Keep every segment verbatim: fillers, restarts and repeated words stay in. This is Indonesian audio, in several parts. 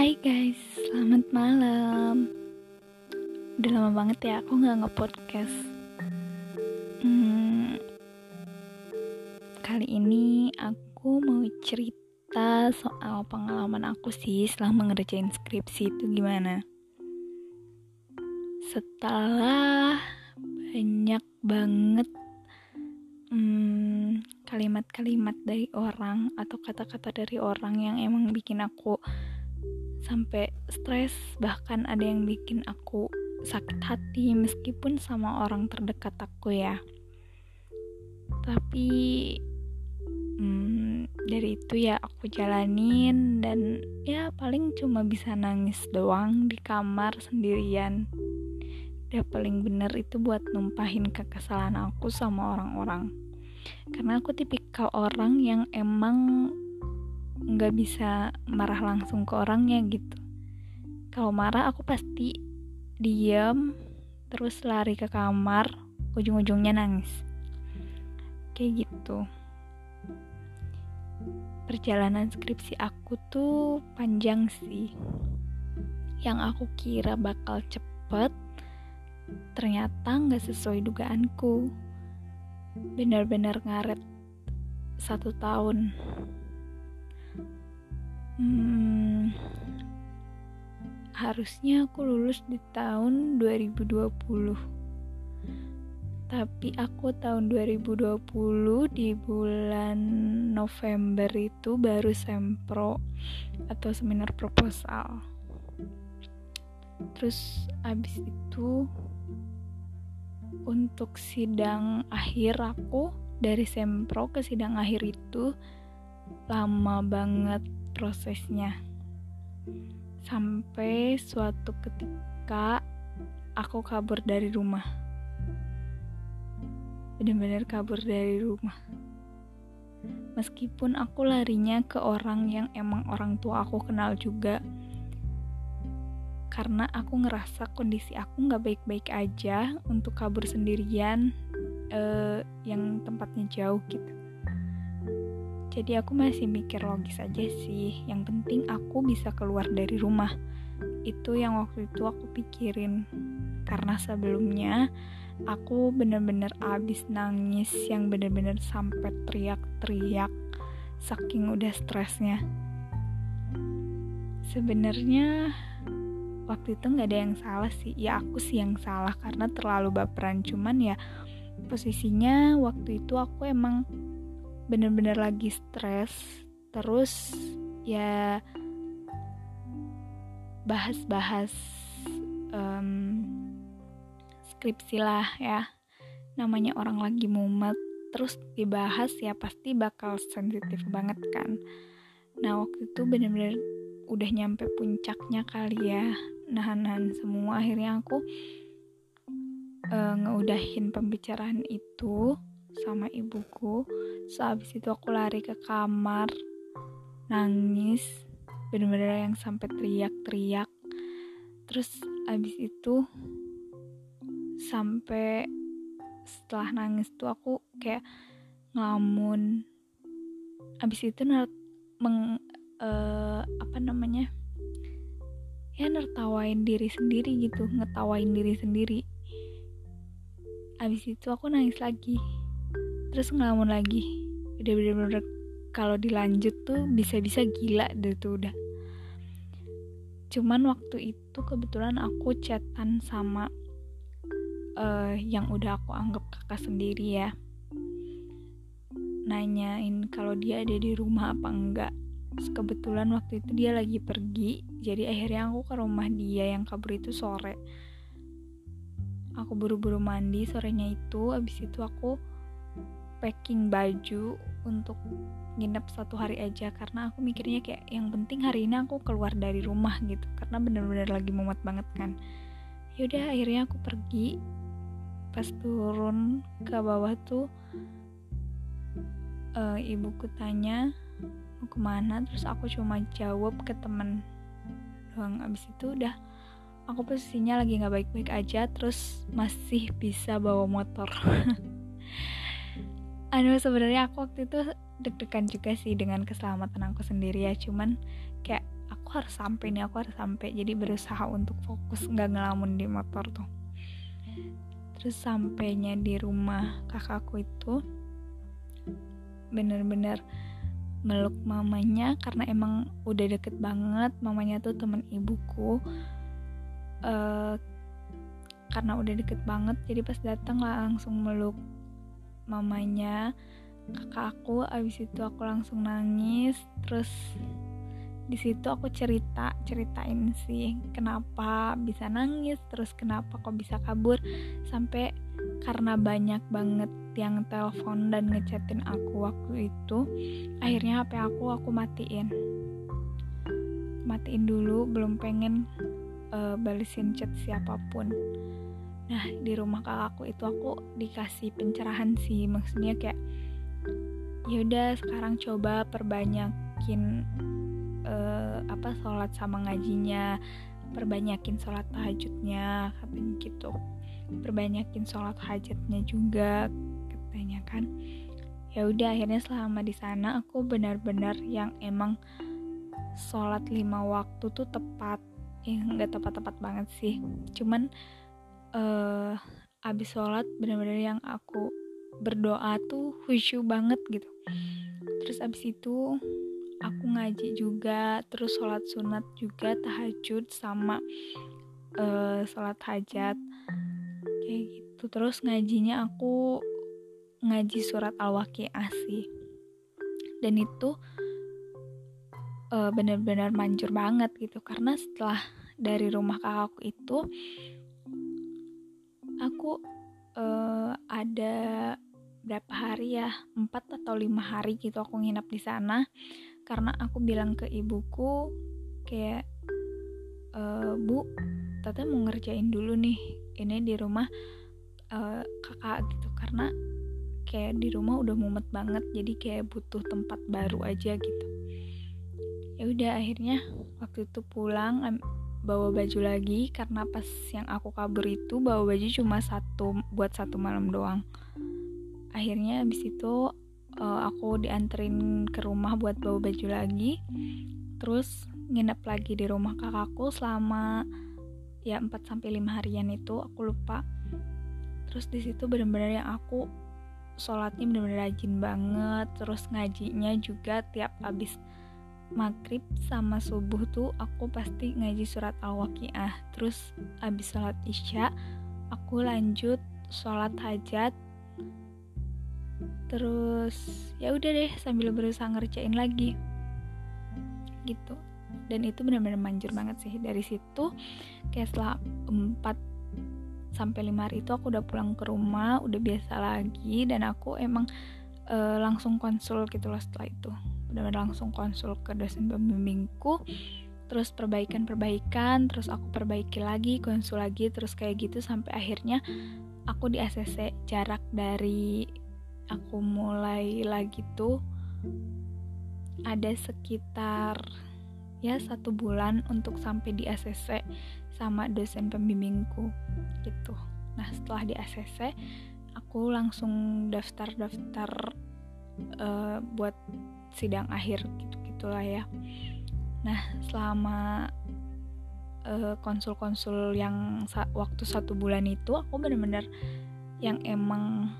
Hai guys, selamat malam. Udah lama banget ya aku gak nge-podcast. hmm, Kali ini aku mau cerita soal pengalaman aku sih setelah mengerjain skripsi itu gimana. Setelah banyak banget hmm, kalimat-kalimat dari orang atau kata-kata dari orang yang emang bikin aku sampai stres, bahkan ada yang bikin aku sakit hati meskipun sama orang terdekat aku ya. Tapi hmm, dari itu ya aku jalanin, dan ya paling cuma bisa nangis doang di kamar sendirian. Udah paling bener itu buat numpahin kekesalan aku sama orang-orang, karena aku tipikal orang yang emang gak bisa marah langsung ke orangnya gitu. Kalau marah aku pasti diam, terus lari ke kamar, ujung-ujungnya nangis. Kayak gitu. Perjalanan skripsi aku tuh panjang sih. Yang aku kira bakal cepet, ternyata gak sesuai dugaanku. Benar-benar ngaret satu tahun. Hmm, harusnya aku lulus di tahun dua ribu dua puluh. Tapi aku tahun dua ribu dua puluh di bulan November itu baru sempro atau seminar proposal. Terus abis itu untuk sidang akhir aku, dari sempro ke sidang akhir itu lama banget prosesnya. Sampai suatu ketika aku kabur dari rumah. Benar-benar kabur dari rumah. Meskipun aku larinya ke orang yang emang orang tua aku kenal juga, karena aku ngerasa kondisi aku gak baik-baik aja untuk kabur sendirian eh, yang tempatnya jauh gitu. Jadi aku masih mikir logis aja sih, yang penting aku bisa keluar dari rumah. Itu yang waktu itu aku pikirin. Karena sebelumnya aku bener-bener abis nangis, yang bener-bener sampai teriak-teriak saking udah stresnya. Sebenarnya waktu itu gak ada yang salah sih. Ya aku sih yang salah karena terlalu baperan. Cuman ya posisinya waktu itu aku emang bener-bener lagi stres. Terus ya bahas-bahas um, skripsi lah ya. Namanya orang lagi mumet, terus dibahas ya pasti bakal sensitif banget kan. Nah waktu itu bener-bener udah nyampe puncaknya kali ya, nahan-nahan semua. Akhirnya aku uh, ngeudahin pembicaraan itu sama ibuku. So abis itu aku lari ke kamar, nangis, bener-bener yang sampai teriak-teriak. Terus abis itu sampai setelah nangis tuh aku kayak ngelamun. Abis itu ner- meng, uh, apa namanya ya nertawain diri sendiri gitu, ngetawain diri sendiri. Abis itu aku nangis lagi, terus ngelamun lagi. Udah bener-bener kalau dilanjut tuh bisa-bisa gila deh tuh udah. Cuman waktu itu kebetulan aku chatan sama uh, yang udah aku anggap kakak sendiri ya, nanyain kalau dia ada di rumah apa enggak. Terus kebetulan waktu itu dia lagi pergi, jadi akhirnya aku ke rumah dia yang kabur itu sore. Aku buru-buru mandi sorenya itu. Abis itu aku packing baju untuk nginep satu hari aja, karena aku mikirnya kayak yang penting hari ini aku keluar dari rumah gitu, karena bener-bener lagi mumet banget kan. Yaudah akhirnya aku pergi. Pas turun ke bawah tuh uh, ibuku tanya mau kemana, terus aku cuma jawab ke temen doang. Abis itu udah aku posisinya lagi gak baik-baik aja, terus masih bisa bawa motor. Aduh sebenarnya aku waktu itu deg-degan juga sih dengan keselamatan aku sendiri ya, cuman kayak aku aku harus sampai nih aku harus sampai jadi berusaha untuk fokus nggak ngelamun di motor tuh. Terus sampainya di rumah kakakku itu bener-bener meluk mamanya karena emang udah deket banget. Mamanya tuh temen ibuku, uh, karena udah deket banget jadi pas datang lah langsung meluk mamanya kakak aku. Abis itu aku langsung nangis. Terus di situ aku cerita ceritain sih kenapa bisa nangis, terus kenapa kok bisa kabur, sampai karena banyak banget yang telepon dan ngechatin aku waktu itu, akhirnya H P aku aku matiin matiin dulu, belum pengen uh, balesin chat siapapun. Nah di rumah kakakku itu aku dikasih pencerahan sih, maksudnya kayak yaudah sekarang coba perbanyakin uh, apa sholat sama ngajinya, perbanyakin sholat tahajudnya katanya gitu, perbanyakin sholat hajatnya juga katanya kan. Ya udah akhirnya selama di sana aku benar-benar yang emang sholat lima waktu tuh tepat, ya nggak tepat-tepat banget sih, cuman uh, abis sholat benar-benar yang aku berdoa tuh khusyuk banget gitu. Terus abis itu aku ngaji juga, terus sholat sunat juga, tahajud sama uh, sholat hajat kayak gitu. Terus ngajinya aku ngaji surat Al-Waqiah sih, dan itu uh, benar-benar manjur banget gitu, karena setelah dari rumah kakakku itu aku uh, ada berapa hari ya, empat atau lima hari gitu aku nginap di sana, karena aku bilang ke ibuku kayak e, Bu, Tata mau ngerjain dulu nih ini di rumah uh, kakak gitu, karena kayak di rumah udah mumet banget, jadi kayak butuh tempat baru aja gitu. Ya udah akhirnya waktu itu pulang am- bawa baju lagi, karena pas yang aku kabur itu bawa baju cuma satu buat satu malam doang. Akhirnya abis itu uh, aku dianterin ke rumah buat bawa baju lagi, terus nginep lagi di rumah kakakku selama ya empat sampai lima harian itu aku lupa. Terus di situ benar-benar yang aku sholatnya benar-benar rajin banget, terus ngajinya juga tiap abis maghrib sama subuh tuh aku pasti ngaji surat Al-Waqiah. Terus abis sholat isya aku lanjut sholat hajat, terus ya udah deh sambil berusaha ngerjain lagi gitu. Dan itu benar-benar manjur banget sih. Dari situ kayak setelah empat sampai lima hari itu aku udah pulang ke rumah, udah biasa lagi, dan aku emang e, langsung konsul gitu loh. Setelah itu benar-benar langsung konsul ke dosen pembimbingku, terus perbaikan-perbaikan, terus aku perbaiki lagi, konsul lagi, terus kayak gitu sampai akhirnya aku di A C C. Jarak dari aku mulai lagi tuh ada sekitar ya satu bulan untuk sampai di A C C sama dosen pembimbingku gitu. Nah setelah di A C C aku langsung daftar-daftar uh, buat sidang akhir gitu-gitulah ya. Nah selama uh, konsul-konsul yang sa- waktu satu bulan itu aku benar-benar yang emang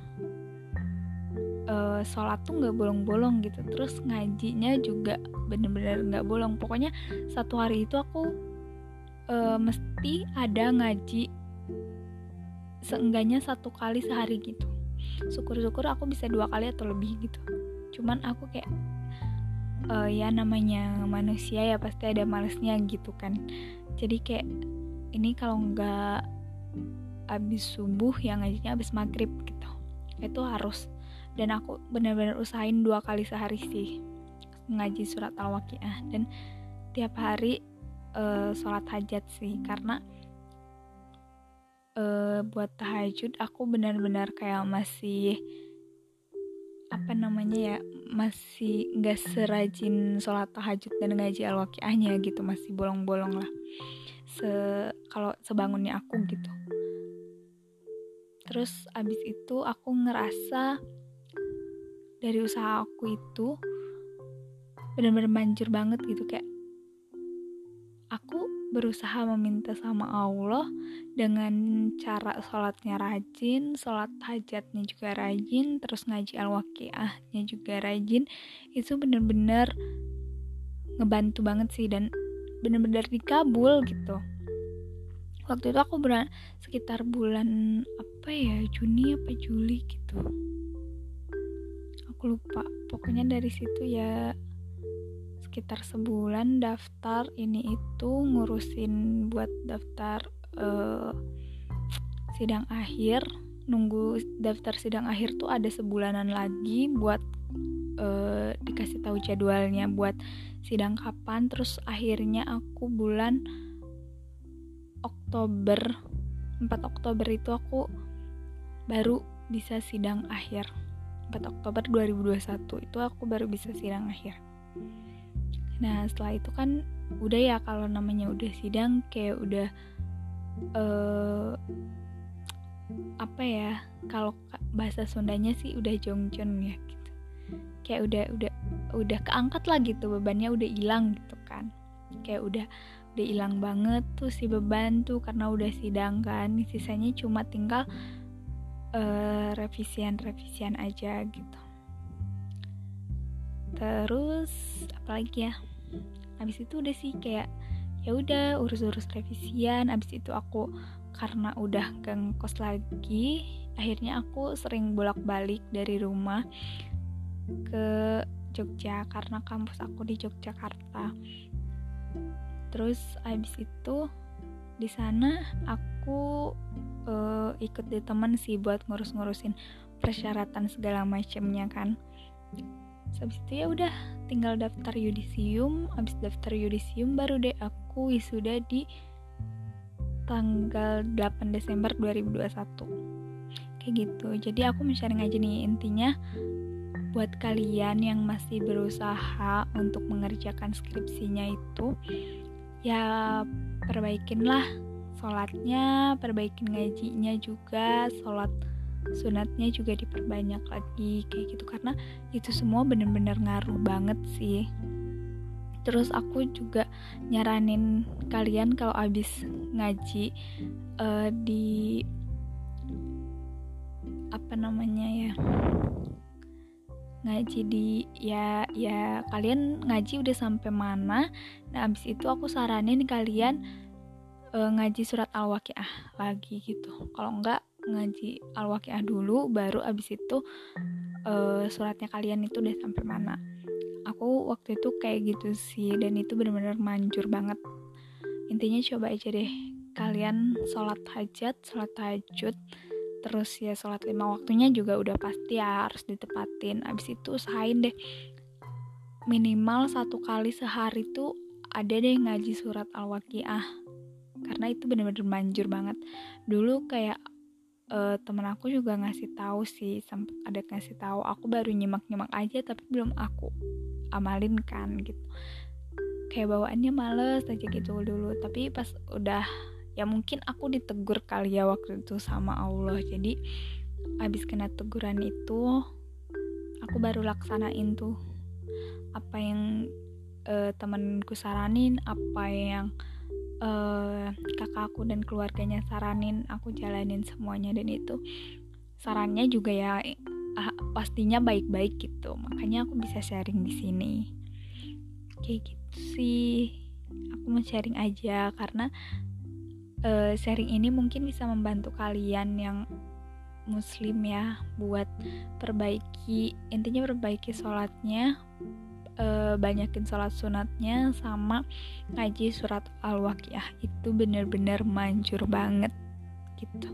Uh, sholat tuh gak bolong-bolong gitu, terus ngajinya juga bener-bener gak bolong. Pokoknya satu hari itu aku uh, mesti ada ngaji seenggaknya satu kali sehari gitu. Syukur-syukur aku bisa dua kali atau lebih gitu. Cuman aku kayak uh, ya namanya manusia ya pasti ada malesnya gitu kan. Jadi kayak ini kalau gak abis subuh ya ngajinya abis maghrib gitu, itu harus. Dan aku benar-benar usahain dua kali sehari sih ngaji surat Al-Waqiah, dan tiap hari uh, sholat hajat sih, karena uh, buat tahajud aku benar-benar kayak masih apa namanya ya masih nggak serajin sholat tahajud dan ngaji Al-Waqiahnya gitu, masih bolong-bolong lah se kalau sebangunnya aku gitu. Terus abis itu aku ngerasa dari usaha aku itu benar-benar manjur banget gitu, kayak berusaha meminta sama Allah dengan cara sholatnya rajin, sholat hajatnya juga rajin, terus ngaji al-waqiahnya juga rajin. Itu bener-bener ngebantu banget sih, dan bener-bener dikabul gitu. Waktu itu aku beran sekitar bulan apa ya, Juni apa Juli gitu, aku lupa. Pokoknya dari situ ya sekitar sebulan daftar ini itu, ngurusin buat daftar uh, sidang akhir. Nunggu daftar sidang akhir tuh ada sebulanan lagi buat uh, dikasih tahu jadwalnya buat sidang kapan. Terus akhirnya aku bulan Oktober, empat Oktober itu aku baru bisa sidang akhir. empat Oktober dua ribu dua puluh satu itu aku baru bisa sidang akhir. Nah setelah itu kan udah ya, kalau namanya udah sidang kayak udah uh, apa ya, kalau bahasa Sundanya sih udah jongjon ya gitu. Kayak udah udah udah keangkat lah gitu, bebannya udah hilang gitu kan. Kayak udah udah hilang banget tuh si beban tuh karena udah sidang kan. Sisanya cuma tinggal uh, revisian-revisian aja gitu. Terus apalagi ya, habis itu udah sih kayak ya udah urus-urus revisian. Habis itu aku karena udah gak ngekos lagi, akhirnya aku sering bolak-balik dari rumah ke Jogja karena kampus aku di Yogyakarta. Terus habis itu di sana aku uh, ikut di teman sih buat ngurus-ngurusin persyaratan segala macamnya kan. Habis itu ya udah tinggal daftar yudisium. Habis daftar yudisium baru deh aku wisuda di tanggal delapan Desember dua ribu dua puluh satu. Kayak gitu. Jadi aku mencari ngaji nih, intinya buat kalian yang masih berusaha untuk mengerjakan skripsinya itu, ya perbaikinlah sholatnya, perbaikin ngajinya juga, sholat sunatnya juga diperbanyak lagi kayak gitu, karena itu semua bener-bener ngaruh banget sih. Terus aku juga nyaranin kalian kalau abis ngaji uh, di apa namanya ya ngaji di ya ya kalian ngaji udah sampai mana. Nah abis itu aku saranin kalian uh, ngaji surat al-waqiah lagi gitu. Kalau enggak ngaji al-waqiah dulu, baru abis itu uh, suratnya kalian itu udah sampai mana. Aku waktu itu kayak gitu sih, dan itu benar-benar manjur banget. Intinya coba aja deh kalian sholat hajat, sholat tahajud, terus ya sholat lima waktunya juga udah pasti ya harus ditepatin. Abis itu usahain deh minimal satu kali sehari tuh ada deh ngaji surat al-waqiah, karena itu benar-benar manjur banget. Dulu kayak Uh, temen aku juga ngasih tahu sih, sempet ada ngasih tahu, aku baru nyimak-nyimak aja tapi belum aku amalin kan gitu. Kayak bawaannya males aja gitu dulu, tapi pas udah ya mungkin aku ditegur kali ya waktu itu sama Allah. Jadi abis kena teguran itu aku baru laksanain tuh apa yang uh, temenku saranin, apa yang Uh, kakakku dan keluarganya saranin, aku jalanin semuanya. Dan itu sarannya juga ya uh, pastinya baik-baik gitu, makanya aku bisa sharing di sini kayak gitu sih. Aku mau sharing aja karena uh, sharing ini mungkin bisa membantu kalian yang muslim ya buat perbaiki, intinya perbaiki sholatnya, Uh, banyakin sholat sunatnya, sama ngaji surat al-waqiah. Itu bener-bener manjur banget gitu.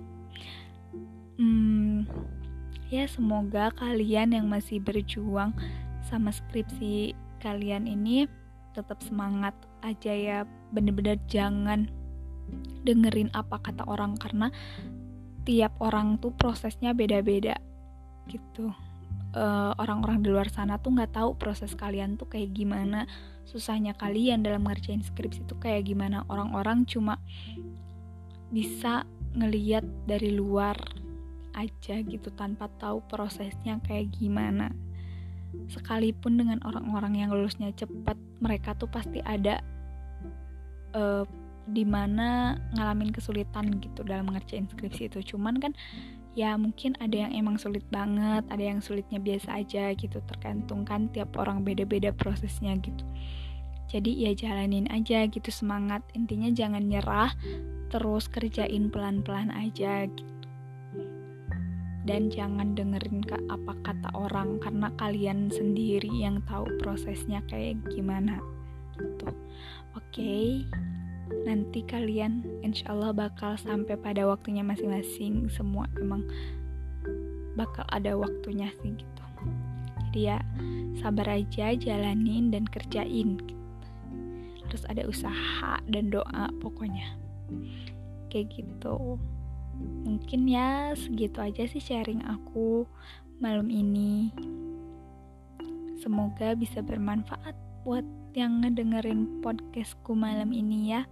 hmm, Ya semoga kalian yang masih berjuang sama skripsi kalian ini tetap semangat aja ya. Bener-bener jangan dengerin apa kata orang, karena tiap orang tuh prosesnya beda-beda gitu. Uh, orang-orang di luar sana tuh nggak tahu proses kalian tuh kayak gimana, susahnya kalian dalam ngerjain skripsi tuh kayak gimana. Orang-orang cuma bisa ngelihat dari luar aja gitu tanpa tahu prosesnya kayak gimana. Sekalipun dengan orang-orang yang lulusnya cepat, mereka tuh pasti ada uh, dimana ngalamin kesulitan gitu dalam ngerjain skripsi itu. Cuman kan ya mungkin ada yang emang sulit banget, ada yang sulitnya biasa aja gitu, tergantung kan tiap orang beda-beda prosesnya gitu. Jadi ya jalanin aja gitu, semangat, intinya jangan nyerah, terus kerjain pelan-pelan aja gitu. Dan jangan dengerin ke apa kata orang, karena kalian sendiri yang tahu prosesnya kayak gimana gitu. Oke, nanti kalian insya Allah bakal sampai pada waktunya masing-masing. Semua emang bakal ada waktunya sih gitu. Jadi ya sabar aja, jalanin dan kerjain gitu. Harus ada usaha dan doa pokoknya kayak gitu. Mungkin ya segitu aja sih sharing aku malam ini. Semoga bisa bermanfaat buat yang ngedengerin podcastku malam ini ya.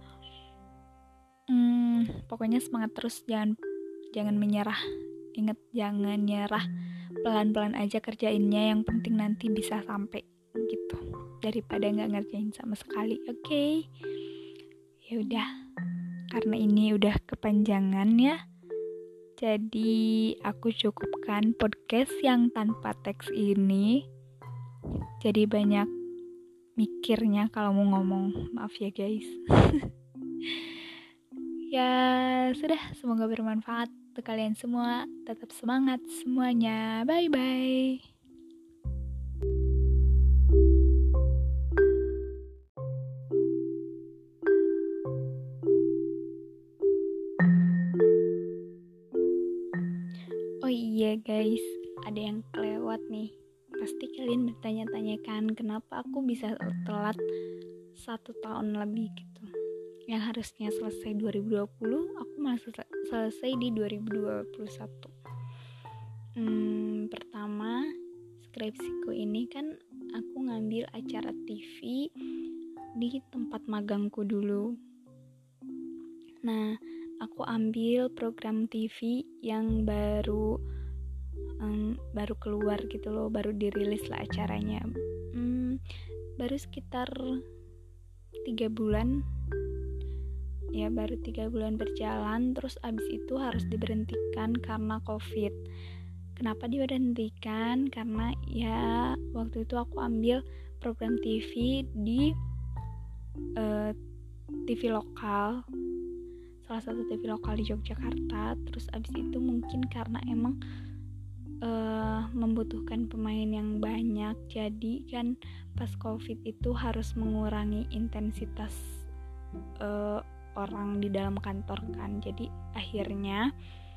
hmm, Pokoknya semangat terus, jangan jangan menyerah. Ingat, jangan nyerah, pelan-pelan aja kerjainnya, yang penting nanti bisa sampai gitu, daripada nggak ngerjain sama sekali. Oke, okay? Ya udah, karena ini udah kepanjangan ya, jadi aku cukupkan podcast yang tanpa teks ini. Jadi banyak mikirnya kalau mau ngomong, maaf ya guys. Ya sudah, semoga bermanfaat untuk kalian semua. Tetap semangat semuanya. Bye bye. Oh iya guys, ada yang kelewat nih. Pasti kalian bertanya-tanya kan, kenapa aku bisa telat satu tahun lebih gitu. Yang harusnya selesai dua ribu dua puluh, aku malah sel- selesai di dua ribu dua puluh satu. Hmm, pertama, skripsiku ini kan aku ngambil acara T V di tempat magangku dulu. Nah, aku ambil program T V yang baru um, baru keluar gitu loh, baru dirilis lah acaranya. Hmm, baru sekitar tiga bulan. Ya baru tiga bulan berjalan, terus abis itu harus diberhentikan karena COVID. Kenapa diberhentikan? Karena ya waktu itu aku ambil program T V di uh, T V lokal, salah satu T V lokal di Yogyakarta. Terus abis itu mungkin karena emang uh, membutuhkan pemain yang banyak, jadi kan pas COVID itu harus mengurangi intensitas uh, orang di dalam kantor kan. Jadi akhirnya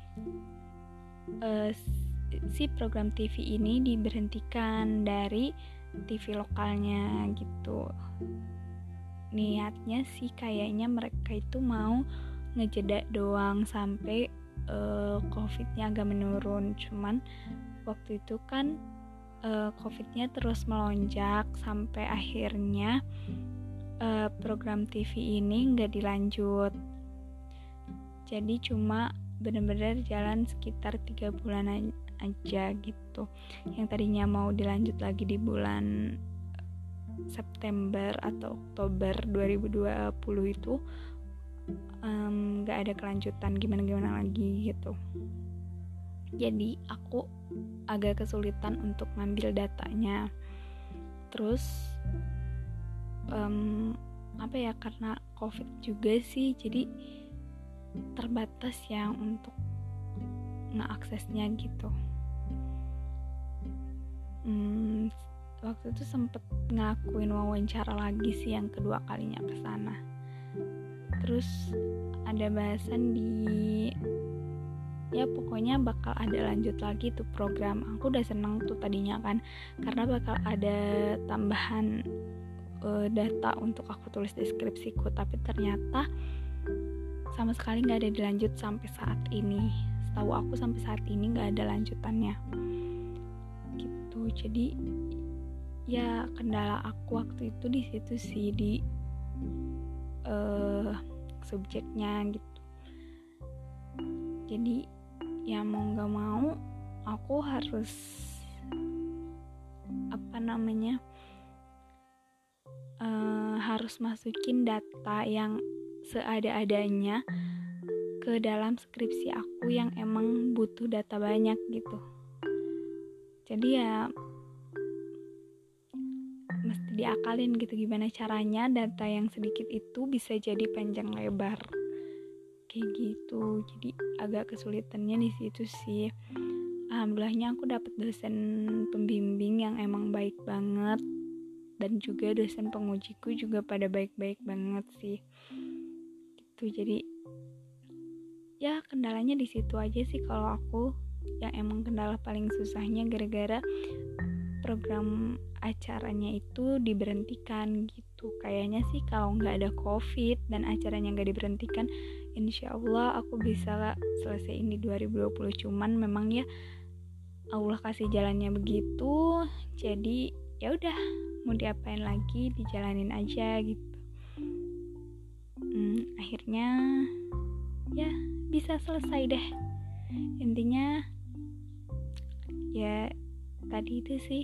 uh, si program T V ini diberhentikan dari T V lokalnya gitu. Niatnya sih kayaknya mereka itu mau ngejeda doang sampai uh, COVID-nya agak menurun. Cuman waktu itu kan uh, COVID-nya terus melonjak sampai akhirnya Uh, program T V ini nggak dilanjut. Jadi cuma benar-benar jalan sekitar tiga bulan aja gitu. Yang tadinya mau dilanjut lagi di bulan September atau Oktober dua ribu dua puluh itu um, nggak ada kelanjutan gimana-gimana lagi gitu. Jadi aku agak kesulitan untuk ngambil datanya. Terus Um, apa ya, karena COVID juga sih, jadi terbatas ya untuk ngeaksesnya gitu. Hmm, waktu itu sempet ngelakuin wawancara lagi sih yang kedua kalinya ke sana. Terus ada bahasan di ya pokoknya bakal ada lanjut lagi tuh program. Aku udah seneng tuh tadinya kan, karena bakal ada tambahan data untuk aku tulis di skripsiku, tapi ternyata sama sekali nggak ada dilanjut sampai saat ini. Setahu aku sampai saat ini nggak ada lanjutannya gitu. Jadi ya kendala aku waktu itu di situ sih, di uh, subjeknya gitu. Jadi ya mau nggak mau aku harus apa namanya Uh, harus masukin data yang seada-adanya ke dalam skripsi aku yang emang butuh data banyak gitu. Jadi ya mesti diakalin gitu gimana caranya data yang sedikit itu bisa jadi panjang lebar kayak gitu. Jadi agak kesulitannya di situ sih. Alhamdulillahnya aku dapat dosen pembimbing yang emang baik banget, dan juga dosen pengujiku juga pada baik-baik banget sih gitu. Jadi ya kendalanya di situ aja sih kalau aku, yang emang kendala paling susahnya gara-gara program acaranya itu diberhentikan gitu. Kayaknya sih kalau nggak ada covid dan acaranya nggak diberhentikan, insya Allah aku bisa selesaiin di dua ribu dua puluh. Cuman memang ya Allah kasih jalannya begitu, jadi ya udah mau diapain lagi, dijalanin aja gitu. Hmm, akhirnya ya bisa selesai deh. Intinya ya tadi itu sih,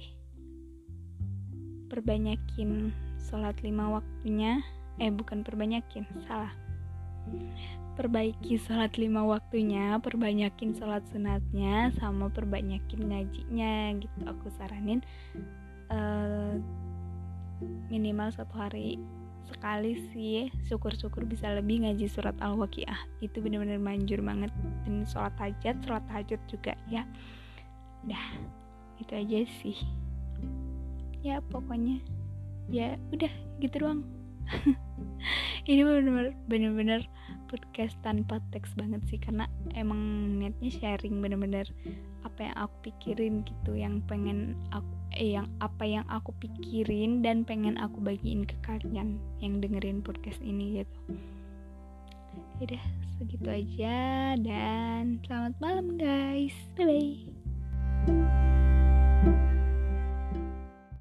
perbanyakin sholat lima waktunya, eh bukan perbanyakin, salah. Perbaiki sholat lima waktunya, perbanyakin sholat sunatnya, sama perbanyakin ngajinya gitu. Aku saranin uh, minimal satu hari sekali sih, syukur-syukur bisa lebih ngaji surat Al-Waqiah. Itu benar-benar manjur banget. Dan sholat hajat, sholat tahajud juga ya. Dah, itu aja sih. Ya pokoknya ya udah gitu doang. Ini benar-benar benar-benar podcast tanpa teks banget sih, karena emang niatnya sharing benar-benar apa yang aku pikirin gitu, yang pengen aku eh yang apa yang aku pikirin dan pengen aku bagiin ke kalian yang dengerin podcast ini gitu. Udah segitu aja dan selamat malam guys.